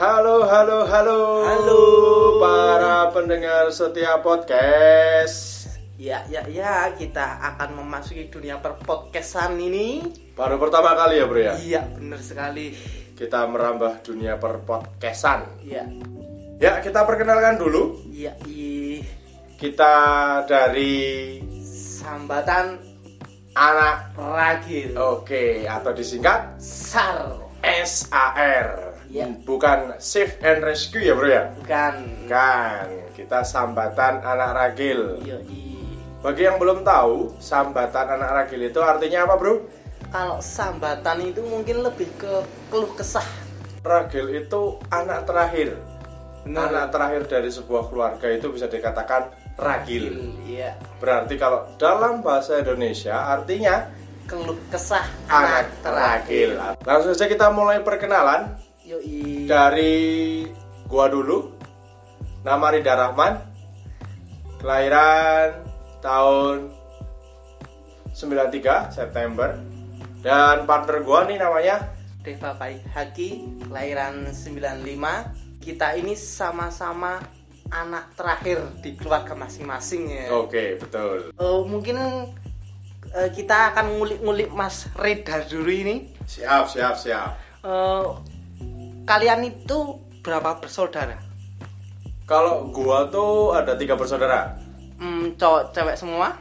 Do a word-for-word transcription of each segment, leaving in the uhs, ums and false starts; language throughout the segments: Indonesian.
Halo, halo, halo, Halo para pendengar setia podcast. Ya, ya, ya, kita akan memasuki dunia perpodcastan ini. Baru pertama kali ya bro ya? Iya, benar sekali. Kita merambah dunia perpodcastan. Iya. Ya, kita perkenalkan dulu. Iya, i. Kita dari Sambatan Anak Ragil. Oke, atau disingkat S A R. S A R. Ya. Bukan Save and Rescue ya bro ya? Bukan. Kan, kita Sambatan Anak Ragil. Iya, i. Bagi yang belum tahu, Sambatan Anak Ragil itu artinya apa bro? Kalau sambatan itu mungkin lebih ke keluh kesah. Ragil itu anak terakhir. Benar. Anak terakhir dari sebuah keluarga itu bisa dikatakan ragil. Iya. Berarti kalau dalam bahasa Indonesia artinya Keluh kesah anak anak terakhir. terakhir. Langsung saja kita mulai perkenalan Yo, i. dari gua dulu. Nama Rida Rahman. Kelahiran tahun sembilan puluh tiga September. Dan partner gua nih namanya Deva Pai Haki, kelahiran sembilan puluh lima. Kita ini sama-sama anak terakhir di keluarga masing-masing ya. Oke, betul. Uh, mungkin uh, kita akan ngulik-ngulik Mas Rida dulu ini. Siap, siap, siap. Uh, kalian itu berapa bersaudara? Kalau gua tuh ada tiga bersaudara. Hmm, cowok cewek semua?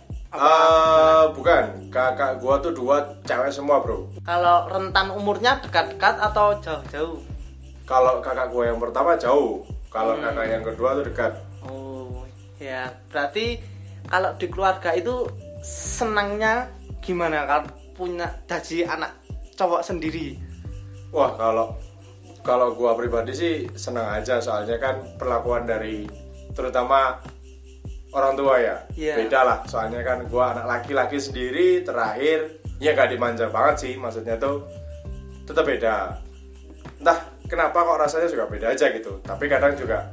Ah, bukan. Kakak gua tuh dua cewek semua, bro. Kalau rentan umurnya dekat-dekat atau jauh-jauh? Kalau kakak gua yang pertama jauh. Kalau Hmm. kakak yang kedua tuh dekat. Oh, ya. Berarti kalau di keluarga itu senangnya gimana kalau punya jadi anak cowok sendiri? Wah, kalau kalau gua pribadi sih senang aja, soalnya kan perlakuan dari terutama orang tua ya. Yeah. Beda lah, soalnya kan gua anak laki-laki sendiri terakhir. Ya gak dimanja banget sih, maksudnya tuh tetap beda. Entah kenapa kok rasanya juga beda aja gitu. Tapi kadang juga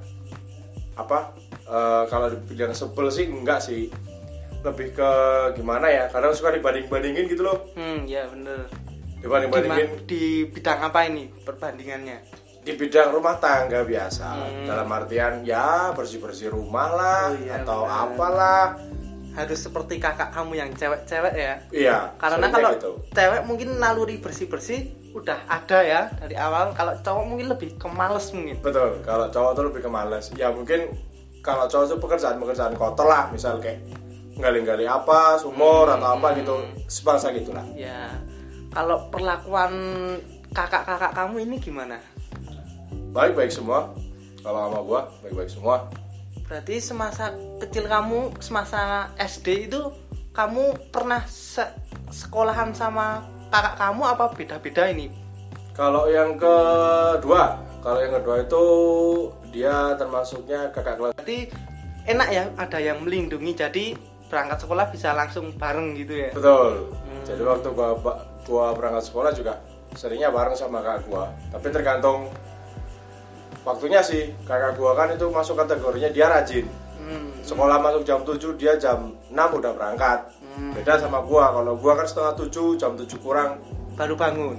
apa e, kalau dibilang sebel sih enggak sih, lebih ke gimana ya, kadang suka dibanding-bandingin gitu loh. Hmm, ya bener. Dibanding-bandingin Gimana- di bidang apa ini perbandingannya? di bidang rumah tangga biasa. Hmm. Dalam artian ya bersih-bersih rumah lah, Oh, iya, atau benar. apalah. Harus seperti kakak kamu yang cewek-cewek ya. Iya, Karena seringnya kalau gitu. cewek mungkin naluri bersih-bersih udah ada ya dari awal. Kalau cowok mungkin lebih ke males mungkin. Betul, kalau cowok tuh lebih ke males. Ya mungkin kalau cowok tuh pekerjaan-pekerjaan kotor lah, misal kayak gali-gali apa, sumur Hmm. atau apa gitu, sebangsa gitulah. Ya. Kalau perlakuan kakak-kakak kamu ini gimana? Baik-baik semua. Kalau sama gua baik-baik semua. Berarti semasa kecil kamu, semasa S D itu kamu pernah se- sekolahan sama kakak kamu apa beda-beda ini? Kalau yang kedua, kalau yang kedua itu dia termasuknya kakak kelas. Berarti enak ya ada yang melindungi, jadi berangkat sekolah bisa langsung bareng gitu ya. Betul. Hmm. Jadi waktu gua gua berangkat sekolah juga seringnya bareng sama kakak gua. Tapi tergantung waktunya sih. Kakak gua kan itu masuk kategorinya dia rajin. Hmm. Sekolah masuk jam tujuh, dia jam enam udah berangkat. Hmm. Beda sama gua. Kalau gua kan setengah tujuh, jam tujuh kurang Baru bangun.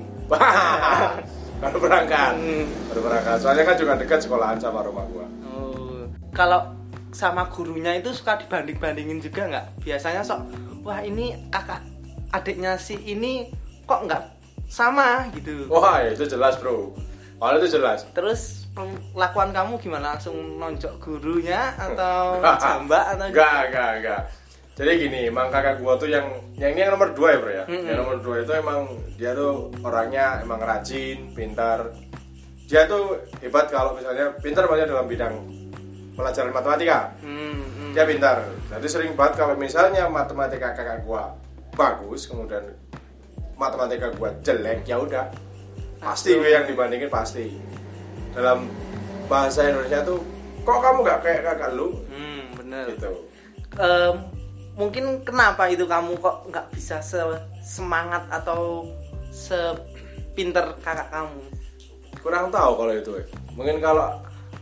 baru berangkat. Hmm. Baru berangkat. Soalnya kan juga dekat sekolahan sama rumah gua. Oh. Kalau sama gurunya itu suka dibanding-bandingin juga nggak? Biasanya sok, wah ini kakak adiknya si ini kok nggak sama gitu. Wah, itu jelas, bro. Kalau itu jelas. Terus perlakuan kamu gimana? Langsung nonjok gurunya atau jambak atau Enggak, enggak, enggak. Jadi gini, emang kakak gua tuh yang yang ini yang nomor dua ya bro ya. Mm-mm. Yang nomor dua itu emang dia tuh orangnya emang rajin, pintar. Dia tuh hebat kalau misalnya pintar banget dalam bidang pelajaran matematika. Hmm, hmm. Dia pintar. Jadi sering banget kalau misalnya matematika kakak gua bagus, kemudian matematika gua jelek, ya udah pasti gue yang dibandingin pasti. Dalam bahasa Indonesia tuh, kok kamu gak kayak kakak lu? Hmm, bener. Gitu. Em, mungkin kenapa itu kamu kok nggak bisa semangat atau sepinter kakak kamu? Kurang tahu kalau itu. Eh. Mungkin kalau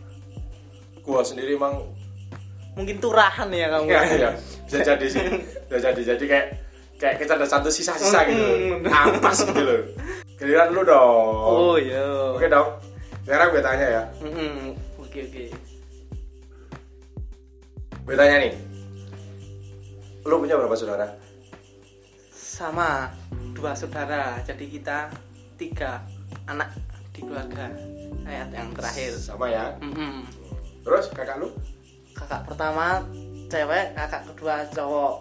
gua sendiri emang Mungkin turahan ya kamu. ya, ya, bisa jadi sih. Bisa jadi jadi kayak kayak kita ada satu sisa-sisa gitu. Hmm. Ampas gitu loh. Giliran lu dong. Oh iya. Oke dong. Sekarang gue tanya ya. Mm-mm. Oke oke. Gue tanya nih. Lu punya berapa saudara? Sama dua saudara, jadi kita tiga anak di keluarga. Ayat yang terakhir. Sama ya. Mm-mm. Terus kakak lu? Kakak pertama cewek, kakak kedua cowok.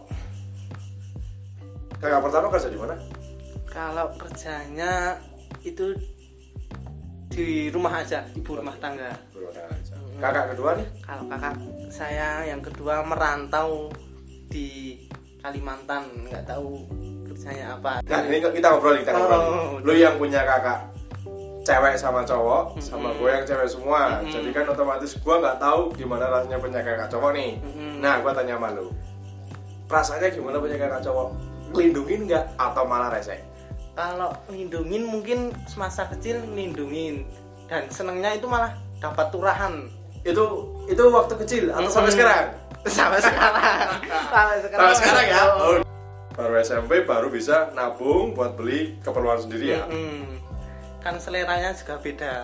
Kakak pertama kerja di mana? Kalau kerjanya itu di rumah aja, ibu rumah tangga. Kakak kedua nih? Kalau kakak saya yang kedua merantau di Kalimantan, nggak tahu kerjanya apa. Nah ini kita ngobrol kita ngobrol. Oh, Lu yang punya kakak cewek sama cowok, mm-hmm. sama gue yang cewek semua. Mm-hmm. Jadi kan otomatis gue nggak tahu gimana rasanya punya kakak cowok nih. Mm-hmm. Nah gue tanya sama lu, rasanya gimana punya kakak cowok? Lindungin nggak atau malah rese? Kalau lindungin mungkin semasa kecil lindungin, dan senengnya itu malah dapat turahan. Itu itu waktu kecil atau mm-hmm. sampai sekarang? Sampai sekarang. Sampai sekarang. Sampai sekarang ya. Oh. Baru S M P baru bisa nabung buat beli keperluan sendiri ya. Mm-hmm. Kan seleranya juga beda.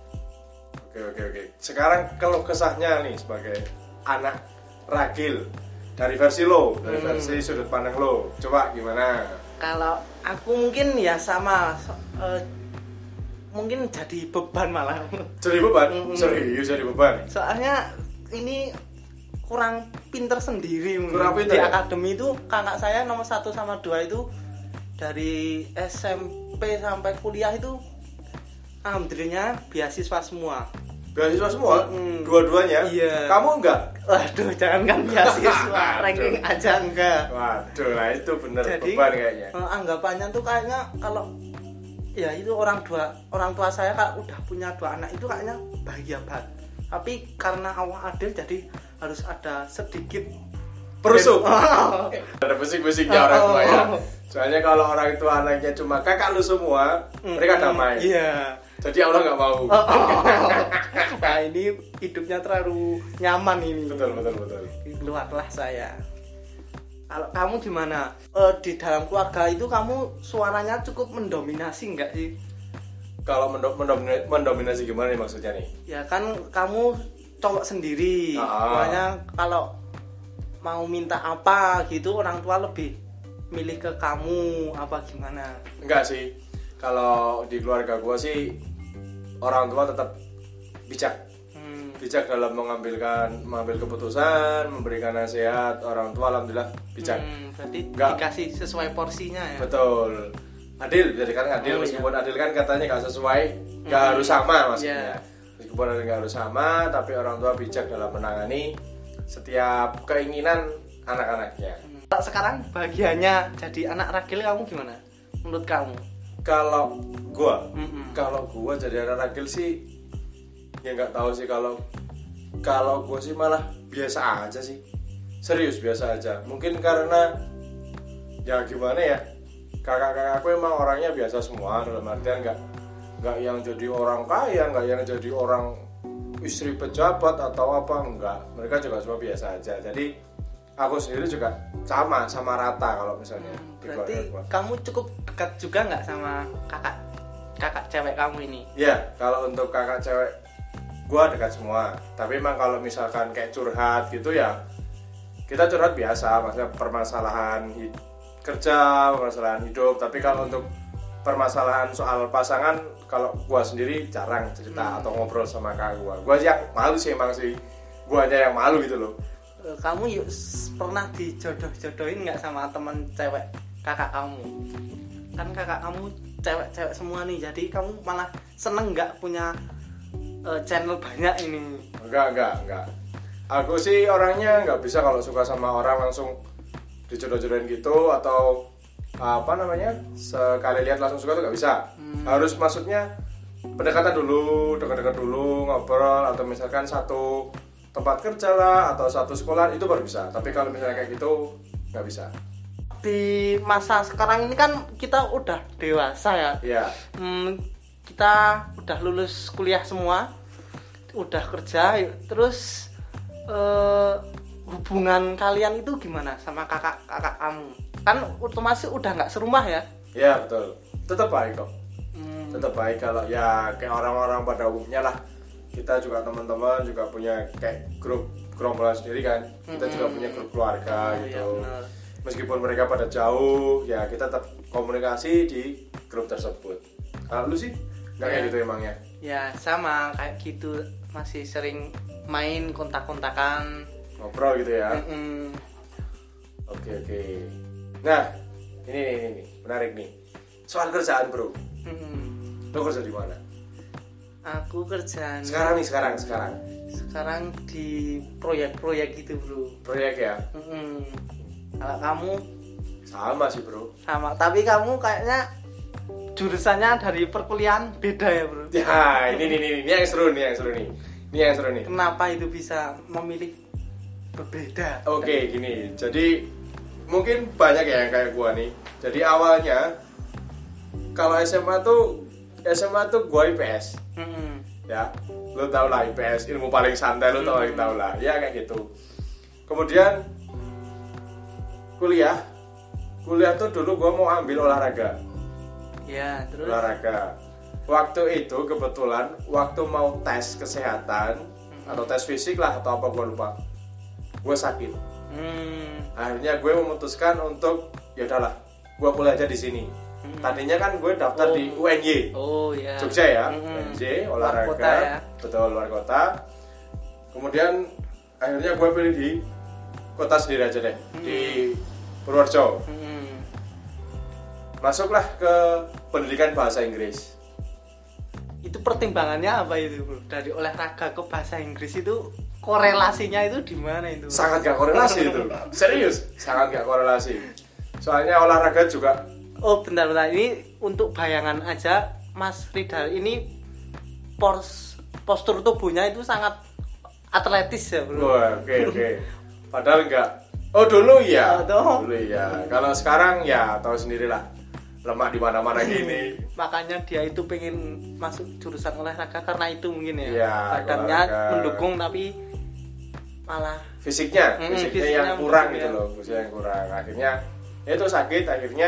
Oke oke oke. Sekarang kalau kesahnya nih sebagai anak ragil dari versi lo, dari hmm. versi sudut pandang lo, coba gimana? Kalau aku mungkin ya sama, so, uh, mungkin jadi beban malah. Jadi beban? Mm-hmm. Serius jadi beban? Soalnya ini kurang pinter sendiri. Kurang pinter di ya? Akademi itu kakak saya nomor satu sama dua itu dari S M P sampai kuliah itu alhamdulillahnya beasiswa semua. Beasiswa semua? Mm. Dua-duanya? Iya. Kamu enggak? Waduh, jangan kan beasiswa, ranking aja enggak. Waduh, lah itu bener Jadi, beban kayaknya. Anggapannya tuh kayaknya kalau ya itu orang tua orang tua saya kalau udah punya dua anak itu kayaknya bahagia banget. Tapi karena Allah adil jadi harus ada sedikit perusuk. Oh. Ada bisik-bisiknya orang tua ya. Soalnya kalau orang tua anaknya cuma kakak lu semua, mm-hmm. mereka damai. Iya. Jadi Allah nggak mau. Oh, oh. Nah ini hidupnya terlalu nyaman ini. Betul betul betul. Keluarlah saya. Kalau kamu gimana? E, di dalam keluarga itu kamu suaranya cukup mendominasi nggak sih? Kalau mendo- mendomin- mendominasi gimana nih maksudnya nih? Ya kan kamu cowok sendiri. Ah. Soalnya kalau mau minta apa gitu orang tua lebih milih ke kamu apa gimana? Enggak sih. Kalau di keluarga gua sih orang tua tetap bijak. Hmm. Bijak dalam mengambilkan mengambil keputusan, memberikan nasihat. Orang tua alhamdulillah bijak. Hmm, berarti Nggak. dikasih sesuai porsinya ya. Betul. Adil, jadi kan adil. Oh, meskipun iya. adil kan katanya nggak sesuai, nggak Hmm. harus sama maksudnya. Yeah. Meskipun adil nggak harus sama, tapi orang tua bijak dalam menangani setiap keinginan anak-anaknya. Hmm. Sekarang bagiannya jadi anak ragil kamu gimana? Menurut kamu? Kalau gua, Mm-mm. kalau gua jadi anak ragil sih, ya nggak tahu sih kalau kalau gua sih malah biasa aja sih, serius biasa aja. Mungkin karena ya gimana ya, kakak-kakakku emang orangnya biasa semua, dalam artian nggak nggak yang jadi orang kaya, nggak yang jadi orang istri pejabat atau apa, enggak. Mereka juga semua biasa aja. Jadi aku sendiri juga sama sama rata kalau misalnya. Hmm, di berarti keluarga gua. kamu cukup dekat juga nggak sama kakak kakak cewek kamu ini? Iya, kalau untuk kakak cewek gua dekat semua. Tapi emang kalau misalkan kayak curhat gitu ya, kita curhat biasa, maksudnya permasalahan hid- kerja, permasalahan hidup. Tapi kalau untuk permasalahan soal pasangan, kalau gua sendiri jarang cerita hmm. atau ngobrol sama kakak gua. Gua aja malu sih emang sih. Gua aja yang malu gitu loh. Kamu yuk pernah dijodoh-jodohin nggak sama teman cewek kakak kamu? Kan kakak kamu cewek-cewek semua nih, jadi kamu malah seneng nggak punya uh, channel banyak ini? Enggak, enggak, enggak. Aku sih orangnya nggak bisa kalau suka sama orang langsung dijodoh-jodohin gitu, atau apa namanya, sekali lihat langsung suka tuh nggak bisa. Hmm. Harus maksudnya pendekatan dulu, dekat-dekat dulu, ngobrol, atau misalkan satu tempat kerja lah atau satu sekolah itu baru bisa. Tapi kalau misalnya kayak gitu nggak bisa. Di masa sekarang ini kan kita udah dewasa ya. Iya. Hmm, kita udah lulus kuliah semua, udah kerja, terus uh, hubungan kalian itu gimana sama kakak-kakak kamu? Kan otomatis udah nggak serumah ya? Iya betul. Tetap baik kok. Hmm, tetap baik. Kalau ya kayak orang-orang pada umumnya lah, kita juga teman-teman juga punya kayak grup gerombolan sendiri kan, kita juga punya grup keluarga Oh, gitu. iya, benar. Meskipun mereka pada jauh, ya kita tetap komunikasi di grup tersebut. Kalau lu sih nggak kayak Ya. gitu emangnya? Ya sama kayak gitu, masih sering main kontak-kontakan. Ngobrol gitu ya. Mm-mm. Oke oke. Nah ini nih, ini nih menarik nih soal kerjaan bro. Mm-mm. Lo kerja di mana? Aku kerjaan Sekarang nih sekarang sekarang. sekarang di proyek-proyek gitu bro. Proyek ya. Mm-mm. Kalau kamu Sama sih bro. sama, tapi kamu kayaknya jurusannya dari perkuliahan beda ya bro. Ya ini nih ini, ini yang seru nih yang seru nih. Ini yang seru nih. Kenapa itu bisa memilih berbeda? Oke gini. Jadi mungkin banyak ya yang kayak gua nih. Jadi awalnya kalau S M A tuh S M A tuh gua I P S. Mm-mm. Ya lo tau lah I P S ilmu paling santai, lo tau, hmm. tau lah ya kayak gitu. Kemudian kuliah kuliah tuh dulu gue mau ambil olahraga. Ya terus. Olahraga waktu itu kebetulan waktu mau tes kesehatan hmm. atau tes fisik lah atau apa gue lupa, gue sakit. hmm. Akhirnya gue memutuskan untuk ya udahlah gue kuliah aja di sini. hmm. Tadinya kan gue daftar Oh. di U N Y Oh ya. Jogja ya, Mm-mm. U N Y olahraga, Luar kota ya. betul luar kota. Kemudian akhirnya gue pilih di kota sendiri aja deh, Mm-mm. di Purworejo. Mm-mm. Masuklah ke pendidikan bahasa Inggris. Itu pertimbangannya apa itu bro? Dari olahraga ke bahasa Inggris itu korelasinya itu di mana itu? Sangat gak korelasi itu, serius, sangat gak korelasi. Soalnya olahraga juga. Oh bentar-bentar, ini untuk bayangan aja Mas Ridal ini pos, postur tubuhnya itu sangat atletis ya bro. Wah, oke oke. Padahal enggak. Oh dulu iya, Oh, toh. dulu iya. Kalau sekarang ya tahu sendirilah, lemak di mana-mana gini. Makanya dia itu pengen masuk jurusan olahraga karena itu mungkin ya. Iya, Badannya olahraga. mendukung tapi malah Fisiknya, Mm, fisiknya, fisiknya yang kurang mungkin gitu ya. loh, fisiknya yang kurang. Akhirnya ya itu sakit, akhirnya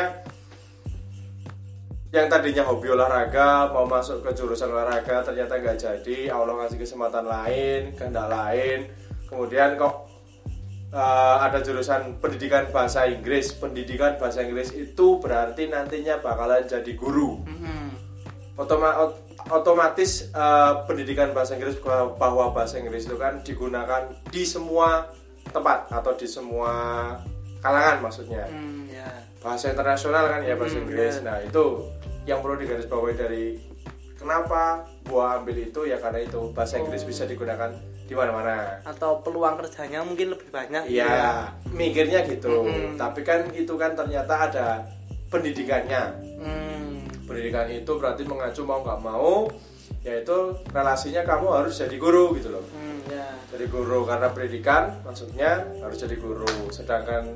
yang tadinya hobi olahraga mau masuk ke jurusan olahraga ternyata nggak jadi. Allah ngasih kesempatan lain, kehendak lain. Kemudian kok Uh, ada jurusan pendidikan bahasa Inggris. Pendidikan bahasa Inggris itu berarti nantinya bakalan jadi guru. mm-hmm. Otoma- ot- otomatis uh, pendidikan bahasa Inggris, bahwa bahasa Inggris itu kan digunakan di semua tempat atau di semua kalangan maksudnya. mm, ya. Bahasa internasional kan ya bahasa Hmm, Inggris. ya. Nah itu yang perlu digarisbawahi dari kenapa gua ambil itu ya karena itu bahasa Inggris Oh. bisa digunakan di mana-mana. Atau peluang kerjanya mungkin lebih banyak. Iya, mikirnya gitu. Mm-hmm. Tapi kan itu kan ternyata ada pendidikannya. Hmm. Pendidikan itu berarti mengacu mau nggak mau, yaitu relasinya kamu harus jadi guru gitu loh. Hmm, ya. Jadi guru karena pendidikan, maksudnya harus jadi guru. Sedangkan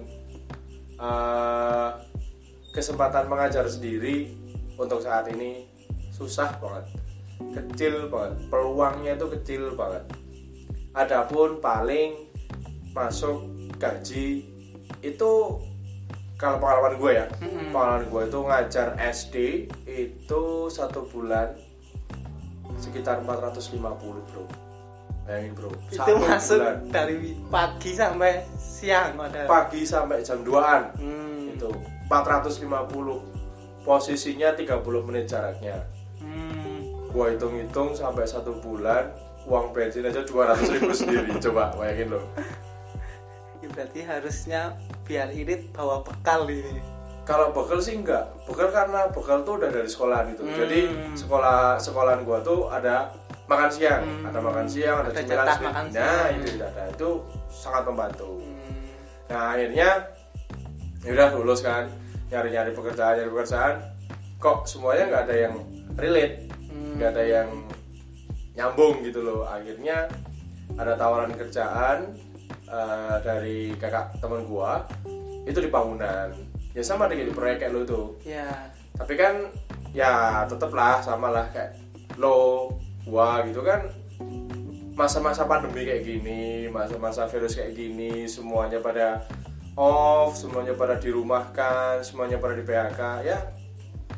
uh, kesempatan mengajar sendiri untuk saat ini susah banget, kecil banget. Peluangnya itu kecil banget. Adapun paling masuk gaji itu kalau pengalaman gue ya, Mm-mm. pengalaman gue itu ngajar S D itu satu bulan sekitar empat ratus lima puluh bro. Bayangin bro, Itu satu masuk bulan. dari pagi sampai siang ada. Pagi sampai jam duaan Hmm. itu empat ratus lima puluh, posisinya tiga puluh menit jaraknya. Hmm. Gua hitung-hitung sampai satu bulan uang bensin aja dua ratus ribu sendiri. Coba bayangin loh. Ya, berarti harusnya biar irit bawa bekal ini. Kalau bekal sih enggak, bekal karena bekal tuh udah dari sekolahan itu. Hmm. Jadi sekolah sekolahan gua tuh ada makan siang, Hmm. ada makan siang, ada, Ada cemilan jatah sendiri. makan Nah siang. itu tidak ada, itu sangat membantu. Hmm. Nah akhirnya ya udah lulus kan, nyari-nyari pekerjaan, nyari pekerjaan, kok semuanya nggak ada yang relate, Hmm. nggak ada yang nyambung gitu loh. Akhirnya ada tawaran kerjaan uh, dari kakak teman gua itu di bangunan, ya sama dengan di proyek kayak lo tuh. Ya. Tapi kan ya tetep lah sama lah kayak lo gua gitu kan, masa-masa pandemi kayak gini, masa-masa virus kayak gini, semuanya pada off, semuanya pada dirumahkan, semuanya pada di P H K ya,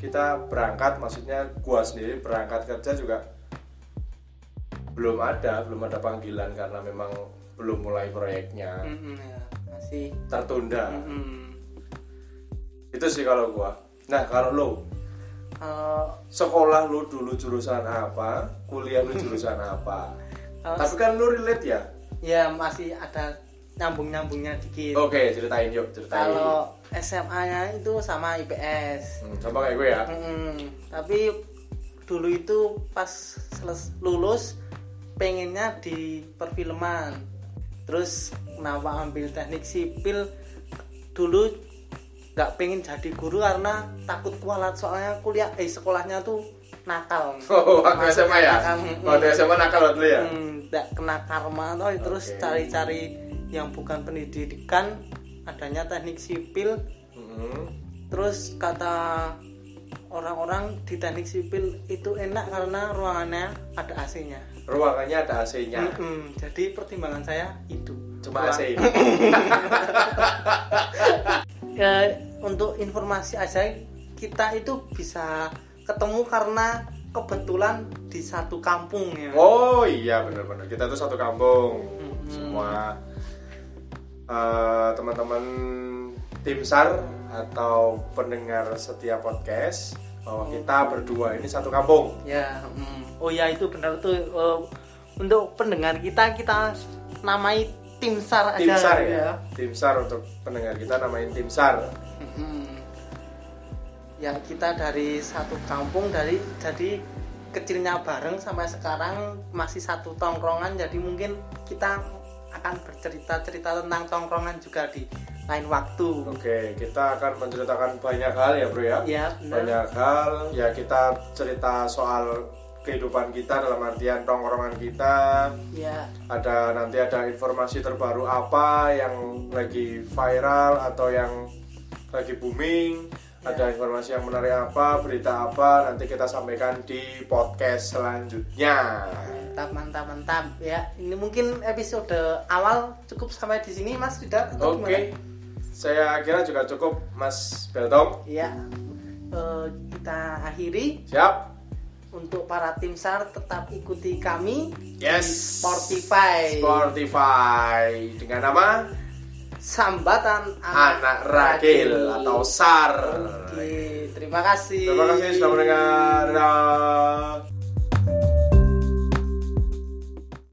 kita berangkat, maksudnya gua sendiri berangkat kerja juga belum ada, belum ada panggilan karena memang belum mulai proyeknya. Mm-mm, ya, masih tertunda. Mm-mm. Itu sih kalau gua. Nah, kalau lo Kalau sekolah lu dulu jurusan apa, kuliah lu jurusan apa? kalau Tapi kan lu relate ya? ya masih ada nyambung-nyambungnya dikit. Oke, ceritain yuk, ceritain. Kalau S M A-nya itu sama I P S. Hmm, sama kayak gue ya. Mm-mm. Tapi dulu itu pas seles- lulus pengennya di perfilman. Terus kenapa ambil teknik sipil? Dulu nggak pengen jadi guru karena takut kualat, soalnya kuliah eh sekolahnya tuh nakal. Oh, waktu S M A ya? Nakal. Waktu S M A nakal waktu ya? Hmm, nggak kena karma toh. Terus Oke. cari-cari yang bukan pendidikan, adanya teknik sipil. Hmm. Terus kata orang-orang di teknik sipil itu enak karena ruangannya ada A C-nya. Ruangannya ada A C-nya. Mm-mm. Jadi pertimbangan saya itu. Cuma A C. Ya, untuk informasi aja, kita itu bisa ketemu karena kebetulan di satu kampung ya. Oh iya, benar-benar. Kita tuh satu kampung. Mm-mm. Semua eh, teman-teman tim SAR atau pendengar setiap podcast bahwa kita berdua ini satu kampung. Ya, mm. oh ya itu benar tuh. Eh, untuk pendengar kita kita namai tim SAR aja. Tim SAR ya. Tim SAR untuk pendengar kita namain tim SAR. Mm-mm. Ya kita dari satu kampung, dari jadi kecilnya bareng sampai sekarang masih satu tongkrongan, jadi mungkin kita akan bercerita-cerita tentang tongkrongan juga di lain waktu. Oke, kita akan menceritakan banyak hal ya bro ya. Ya benar. Banyak hal ya, kita cerita soal kehidupan kita dalam artian tongkrongan kita. Ya. Ada nanti ada informasi terbaru apa yang lagi viral atau yang lagi booming. Ya. Ada informasi yang menarik apa, berita apa, nanti kita sampaikan di podcast selanjutnya. Mantap, mantap, mantap. Ya, ini mungkin episode awal cukup sampai di sini, Mas Rida. atau Oke, gimana? saya kira juga cukup, Mas Beltong. Ya, eh, kita akhiri. Siap. Untuk para tim SAR tetap ikuti kami Yes. di Spotify. Spotify dengan nama Sambatan Anak Ragil atau SAR. Oke, terima kasih. Terima kasih sudah mendengar. Dadah.